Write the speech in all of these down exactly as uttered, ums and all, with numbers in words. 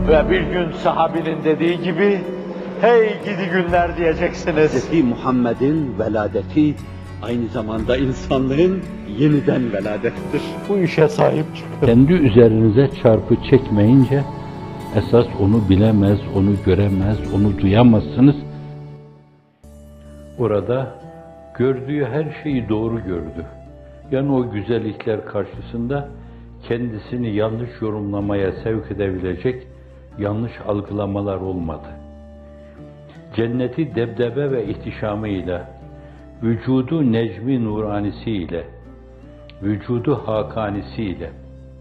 Ve bir gün sahabinin dediği gibi, hey gidi günler diyeceksiniz. Hazreti Muhammed'in veladeti aynı zamanda insanlığın yeniden veladettir. Bu işe sahip çıkın. Kendi üzerinize çarpı çekmeyince, esas onu bilemez, onu göremez, onu duyamazsınız. Orada gördüğü her şeyi doğru gördü. Yani o güzellikler karşısında kendisini yanlış yorumlamaya sevk edebilecek yanlış algılamalar olmadı. Cenneti debdebe ve ihtişamıyla, vücudu necmi nuranisiyle, vücudu hakanisiyle,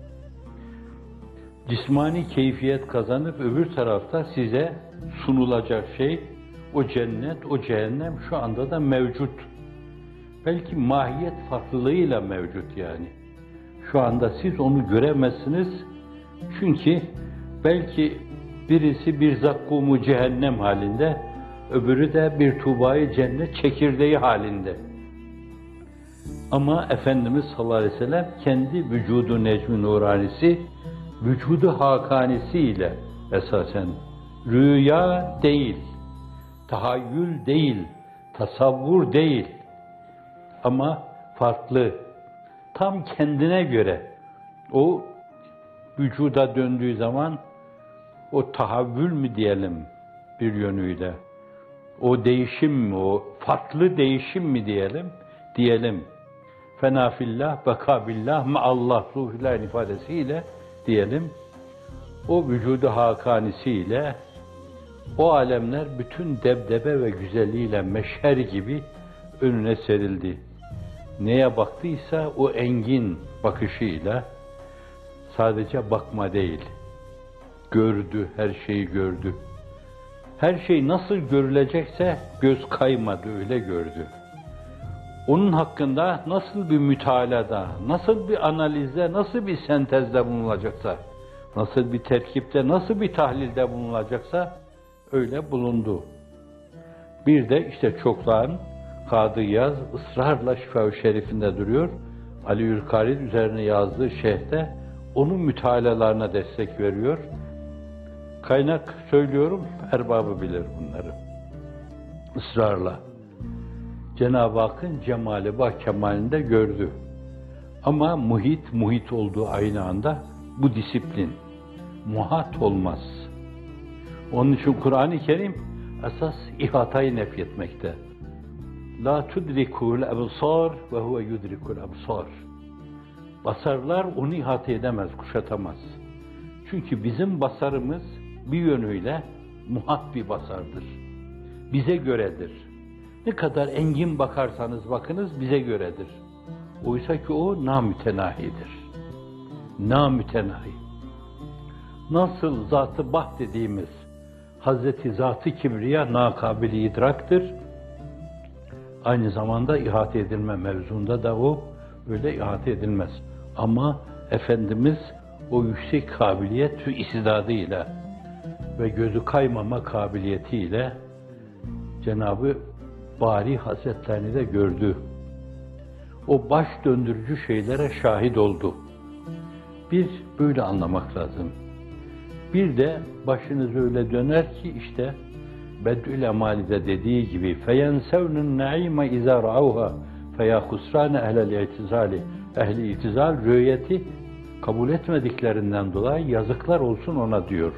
cismani keyfiyet kazanıp öbür tarafta size sunulacak şey, o cennet, o cehennem şu anda da mevcut. Belki mahiyet farklılığıyla mevcut yani. Şu anda siz onu göremezsiniz. Çünkü belki birisi bir zakkumu cehennem halinde, öbürü de bir tuğbayı cennet çekirdeği halinde. Ama Efendimiz sallallahu aleyhi ve sellem kendi vücudu necmi nuranisi, vücudu hakanisiyle esasen rüya değil, tahayyül değil, tasavvur değil ama farklı, tam kendine göre o vücuda döndüğü zaman o tahavvül mü diyelim bir yönüyle, o değişim mi, o farklı değişim mi diyelim, diyelim. Fena fillah, beka billah, maallah ruhillah ifadesiyle diyelim. O vücudu hakanisiyle o alemler bütün debdebe ve güzelliğiyle meşher gibi önüne serildi. Neye baktıysa o engin bakışıyla sadece bakma değil, gördü, her şeyi gördü. Her şey nasıl görülecekse göz kaymadı, öyle gördü. Onun hakkında nasıl bir mütalada, nasıl bir analizde, nasıl bir sentezde bulunulacaksa, nasıl bir terkipte, nasıl bir tahlilde bulunulacaksa öyle bulundu. Bir de işte çokların Kadı Yaz ısrarla Şifa-ı Şerif'inde duruyor. Ali Ülkari üzerine yazdığı şerhte onun mütalalarına destek veriyor. Kaynak söylüyorum, erbabı bilir bunları. Israrla. Cenab-ı Hakk'ın cemali bak kemalinde gördü. Ama muhit, muhit olduğu aynı anda bu disiplin. Muhat olmaz. Onun için Kur'an-ı Kerim esas ihatayı nefyetmekte. La tudrikul ebsar ve huve yudrikul ebsar. Basarlar onu ihate edemez, kuşatamaz. Çünkü bizim basarımız bir yönüyle muhat bir basardır. Bize göredir. Ne kadar engin bakarsanız bakınız bize göredir. Oysa ki o namütenahidir. Namütenahi. Nasıl zat-ı bah dediğimiz Hazreti Zat-ı Kibriya nakabili idraktır. Aynı zamanda ihate edilme mevzunda da o öyle ihate edilmez. Ama Efendimiz o yüksek kabiliyet ve istidadıyla ve gözü kaymama kabiliyetiyle Cenab-ı Bari Hazretlerini de gördü. O baş döndürücü şeylere şahit oldu. Bir, böyle anlamak lazım. Bir de başınız öyle döner ki işte Bed'ül Emali'de dediği gibi فَيَنْسَوْنُ النَّعِيمَ اِذَا رَعَوْهَا فَيَا خُسْرَانَ اَهْلَ الْاِعْتِزَالِ Ehli itizal rüyeti kabul etmediklerinden dolayı yazıklar olsun ona diyor.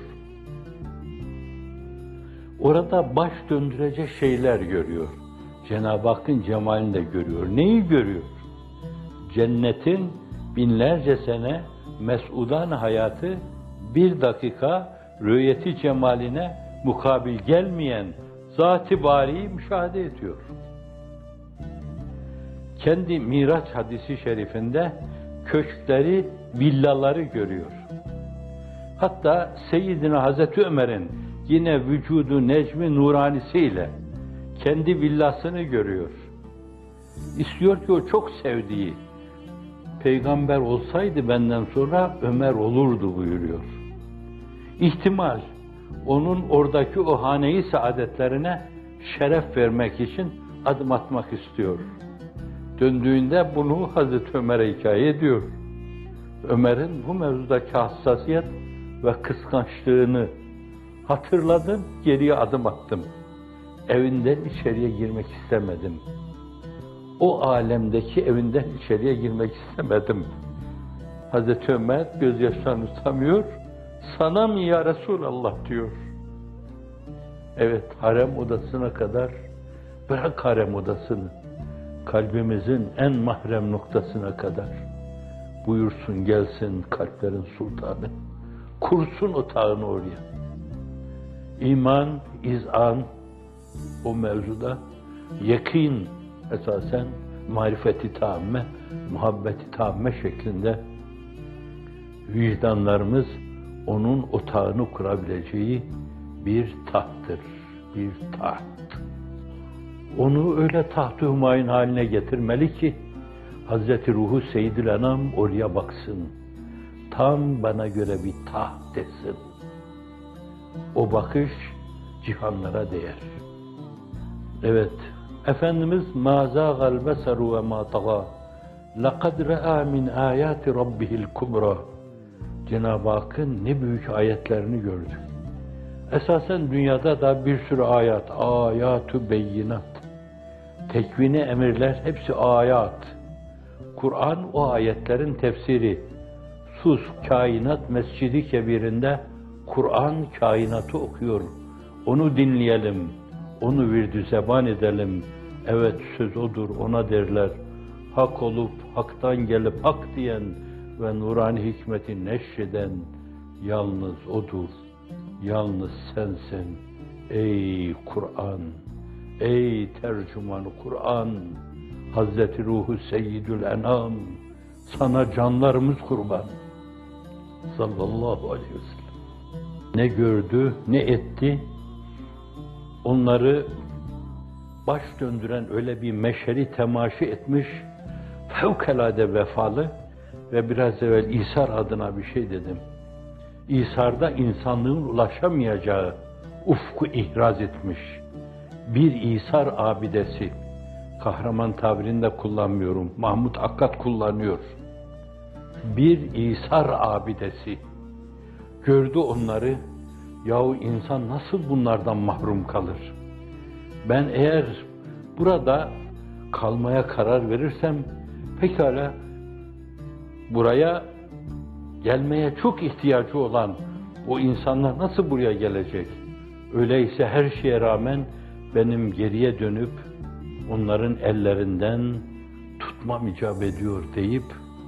Orada baş döndürecek şeyler görüyor. Cenab-ı Hakk'ın cemalini de görüyor. Neyi görüyor? Cennetin binlerce sene mes'udan hayatı bir dakika rüyeti cemaline mukabil gelmeyen Zat-ı Bari'yi müşahede ediyor. Kendi Miraç hadisi şerifinde köşkleri, villaları görüyor. Hatta Seyyidina Hazreti Ömer'in yine vücudu necmi nuranisiyle kendi villasını görüyor. İstiyor ki o çok sevdiği peygamber olsaydı benden sonra Ömer olurdu buyuruyor. İhtimal onun oradaki o hane-i saadetlerine şeref vermek için adım atmak istiyor. Döndüğünde bunu Hazreti Ömer'e hikaye ediyor. Ömer'in bu mevzudaki hassasiyet ve kıskançlığını hatırladım, geriye adım attım. Evinden içeriye girmek istemedim. O alemdeki evinden içeriye girmek istemedim. Hazreti Ömer gözyaşlarını tutamıyor, sana mı ya Resulallah diyor. Evet, harem odasına kadar, bırak harem odasını, kalbimizin en mahrem noktasına kadar buyursun gelsin kalplerin sultanı, kursun otağını oraya. İman, izan o mevzuda, yakin esasen marifeti tamme, muhabbeti tamme şeklinde vicdanlarımız onun otağını kurabileceği bir tahttır, bir taht. Onu öyle taht-ı hümayun haline getirmeli ki Hazreti Ruhu Seyyidül Enam oraya baksın. Tam bana göre bir taht desin. O bakış cihanlara değer. Evet, Efendimiz مَا زَاغَ الْبَسَرُ وَمَا طَغَى لَقَدْ رَآ مِنْ آيَاتِ رَبِّهِ الْكُبْرَى Cenab-ı Hakk'ın ne büyük ayetlerini gördü. Esasen dünyada da bir sürü ayat, ayat-ı beyinat. Tekvini emirler hepsi ayat. Kur'an o ayetlerin tefsiri. Sus, kainat mescidi kebirinde Kur'an kainatı okuyor. Onu dinleyelim, onu virdü zeban edelim. Evet, söz odur, ona derler. Hak olup, haktan gelip hak diyen ve nurani hikmeti neşreden yalnız odur. Yalnız sensin ey Kur'an, ey tercüman Kur'an, Hazreti Ruhu Seyyidül Enam, sana canlarımız kurban. Sallallahu aleyhi ve sellem. Ne gördü, ne etti, onları baş döndüren öyle bir meşeri temaşi etmiş, fevkalade vefalı ve biraz evvel İsar adına bir şey dedim. İsar'da insanlığın ulaşamayacağı ufku ihraz etmiş. Bir İsar abidesi, kahraman tabirinde kullanmıyorum, Mahmud Akkad kullanıyor. Bir İsar abidesi, gördü onları, yahu insan nasıl bunlardan mahrum kalır? Ben eğer burada kalmaya karar verirsem, pekala buraya gelmeye çok ihtiyacı olan o insanlar nasıl buraya gelecek? Öyleyse her şeye rağmen benim geriye dönüp onların ellerinden tutmam icap ediyor deyip,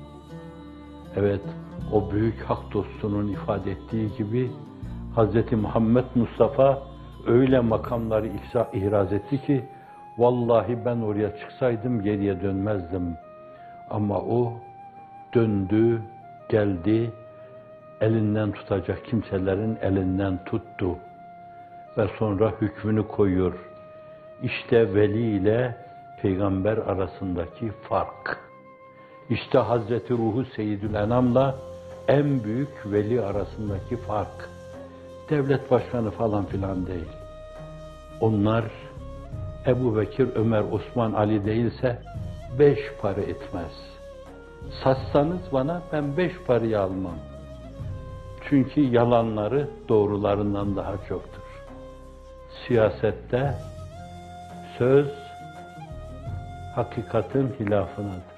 evet, o büyük hak dostunun ifade ettiği gibi Hz. Muhammed Mustafa öyle makamları ihsa, ihraz etti ki vallahi ben oraya çıksaydım geriye dönmezdim. Ama o döndü, geldi, elinden tutacak kimselerin elinden tuttu ve sonra hükmünü koyuyor. İşte veli ile peygamber arasındaki fark. İşte Hazreti Ruhu Seyyidül Enam'la en büyük veli arasındaki fark. Devlet başkanı falan filan değil. Onlar Ebu Bekir, Ömer, Osman, Ali değilse beş para etmez. Satsanız bana ben beş parayı almam. Çünkü yalanları doğrularından daha çoktur. Siyasette söz hakikatin hilafınadır.